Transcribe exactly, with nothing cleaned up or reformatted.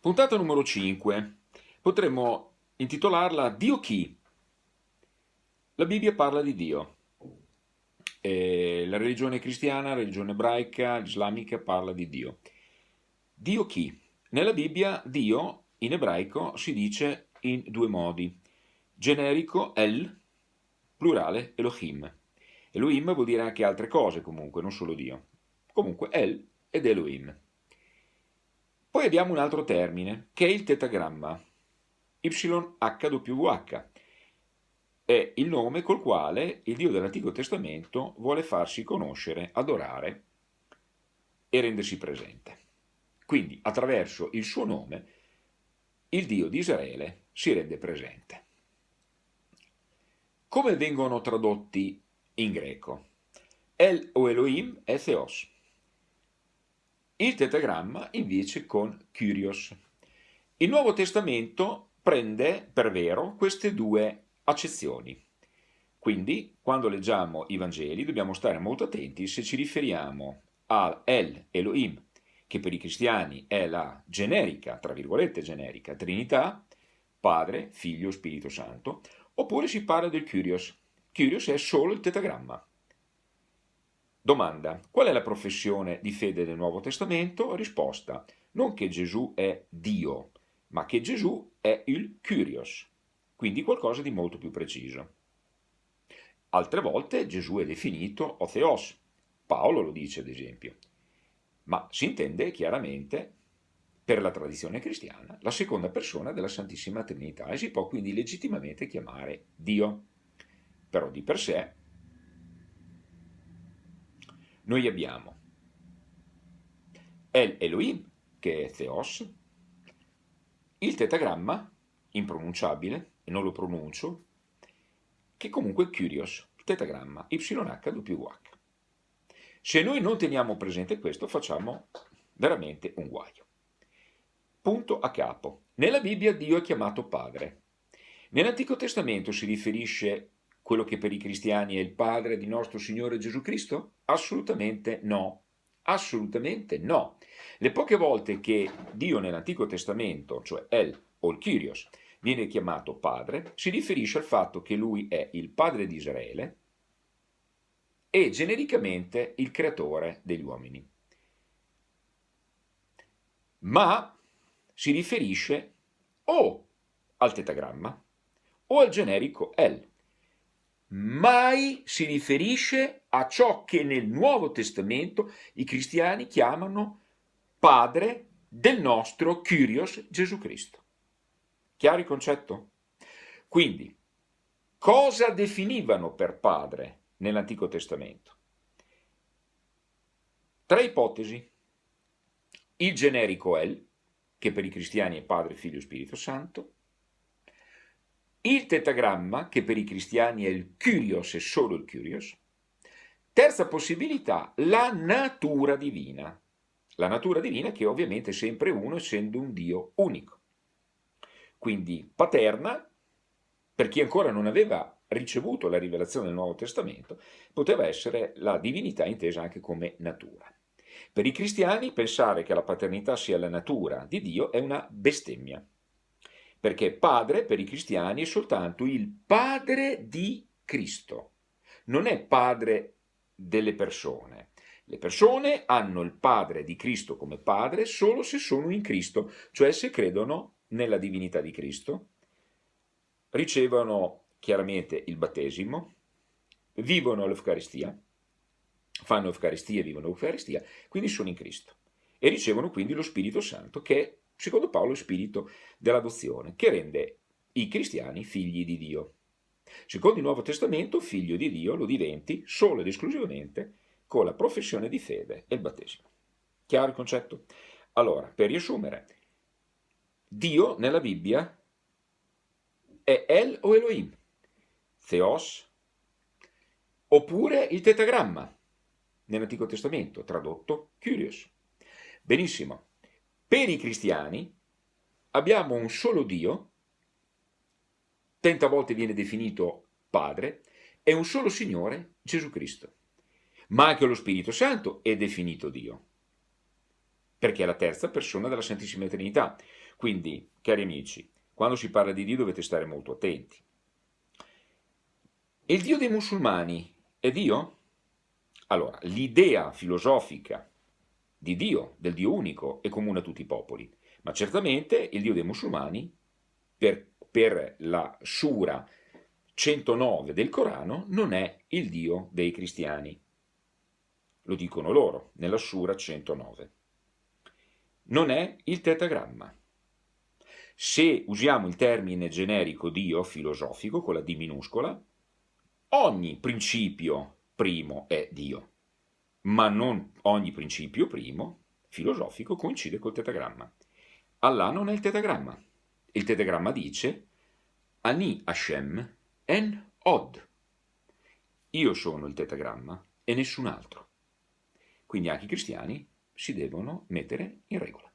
Puntata numero cinque. Potremmo intitolarla Dio chi? La Bibbia parla di Dio. E la religione cristiana, la religione ebraica, islamica parla di Dio. Dio chi? Nella Bibbia Dio in ebraico si dice in due modi. Generico El, plurale Elohim. Elohim vuol dire anche altre cose comunque, non solo Dio. Comunque El ed Elohim. Poi abbiamo un altro termine, che è il tetagramma, Y H W H. È il nome col quale il Dio dell'Antico Testamento vuole farsi conoscere, adorare e rendersi presente. Quindi, attraverso il suo nome, il Dio di Israele si rende presente. Come vengono tradotti in greco? El o Elohim è Theos. Il tetagramma invece con Kyrios. Il Nuovo Testamento prende per vero queste due accezioni. Quindi, quando leggiamo i Vangeli, dobbiamo stare molto attenti se ci riferiamo a El Elohim, che per i cristiani è la generica, tra virgolette generica, Trinità, Padre, Figlio, Spirito Santo, oppure si parla del Kyrios. Kyrios è solo il tetagramma. Domanda: qual è la professione di fede del Nuovo Testamento? Risposta: non che Gesù è Dio, ma che Gesù è il Kyrios, quindi qualcosa di molto più preciso. Altre volte Gesù è definito o Theos, Paolo lo dice ad esempio, ma si intende chiaramente, per la tradizione cristiana, la seconda persona della Santissima Trinità e si può quindi legittimamente chiamare Dio. Però di per sé noi abbiamo El Elohim, che è Theos, il tetagramma, impronunciabile, e non lo pronuncio, che comunque è Kyrios, il tetagramma Y H W H. Se noi non teniamo presente questo, facciamo veramente un guaio. Punto a capo. Nella Bibbia Dio è chiamato Padre. Nell'Antico Testamento si riferisce quello che per i cristiani è il Padre di nostro Signore Gesù Cristo? Assolutamente no. Assolutamente no. Le poche volte che Dio nell'Antico Testamento, cioè El o il Kyrios, viene chiamato Padre, si riferisce al fatto che Lui è il Padre di Israele e genericamente il Creatore degli uomini. Ma si riferisce o al tetagramma o al generico El. Mai si riferisce a ciò che nel Nuovo Testamento i cristiani chiamano Padre del nostro Kyrios Gesù Cristo. Chiaro il concetto? Quindi, cosa definivano per Padre nell'Antico Testamento? Tre ipotesi. Il generico El, che per i cristiani è Padre, Figlio e Spirito Santo. Il tetagramma, che per i cristiani è il Kyrios e solo il Kyrios. Terza possibilità, la natura divina. La natura divina che ovviamente è sempre uno, essendo un Dio unico. Quindi paterna, per chi ancora non aveva ricevuto la rivelazione del Nuovo Testamento, poteva essere la divinità intesa anche come natura. Per i cristiani pensare che la paternità sia la natura di Dio è una bestemmia. Perché padre per i cristiani è soltanto il padre di Cristo, non è padre delle persone. Le persone hanno il padre di Cristo come padre solo se sono in Cristo, cioè se credono nella divinità di Cristo, ricevono chiaramente il battesimo, vivono l'Eucaristia, fanno l'Eucaristia e vivono l'Eucaristia, quindi sono in Cristo e ricevono quindi lo Spirito Santo che è, secondo Paolo, il spirito dell'adozione, che rende i cristiani figli di Dio. Secondo il Nuovo Testamento, figlio di Dio lo diventi solo ed esclusivamente con la professione di fede e il battesimo. Chiaro il concetto? Allora, per riassumere, Dio nella Bibbia è El o Elohim, Theos, oppure il tetagramma nell'Antico Testamento, tradotto Kyrios. Benissimo. Per i cristiani abbiamo un solo Dio, trenta volte viene definito Padre, e un solo Signore, Gesù Cristo. Ma anche lo Spirito Santo è definito Dio. perché è la terza persona della Santissima Trinità. Quindi, cari amici, quando si parla di Dio dovete stare molto attenti. E il Dio dei musulmani è Dio? Allora, l'idea filosofica di Dio, del Dio unico, è comune a tutti i popoli, ma certamente il Dio dei musulmani, per, per la sura centonove del Corano, non è il Dio dei cristiani. Lo dicono loro, nella sura centonove. Non è il tetagramma. Se usiamo il termine generico Dio filosofico, con la D minuscola, ogni principio primo è Dio, ma non ogni principio primo filosofico coincide col tetagramma. Allah non è il tetagramma. Il tetagramma dice Ani Hashem en Od. Io sono il tetagramma e nessun altro. Quindi anche i cristiani si devono mettere in regola.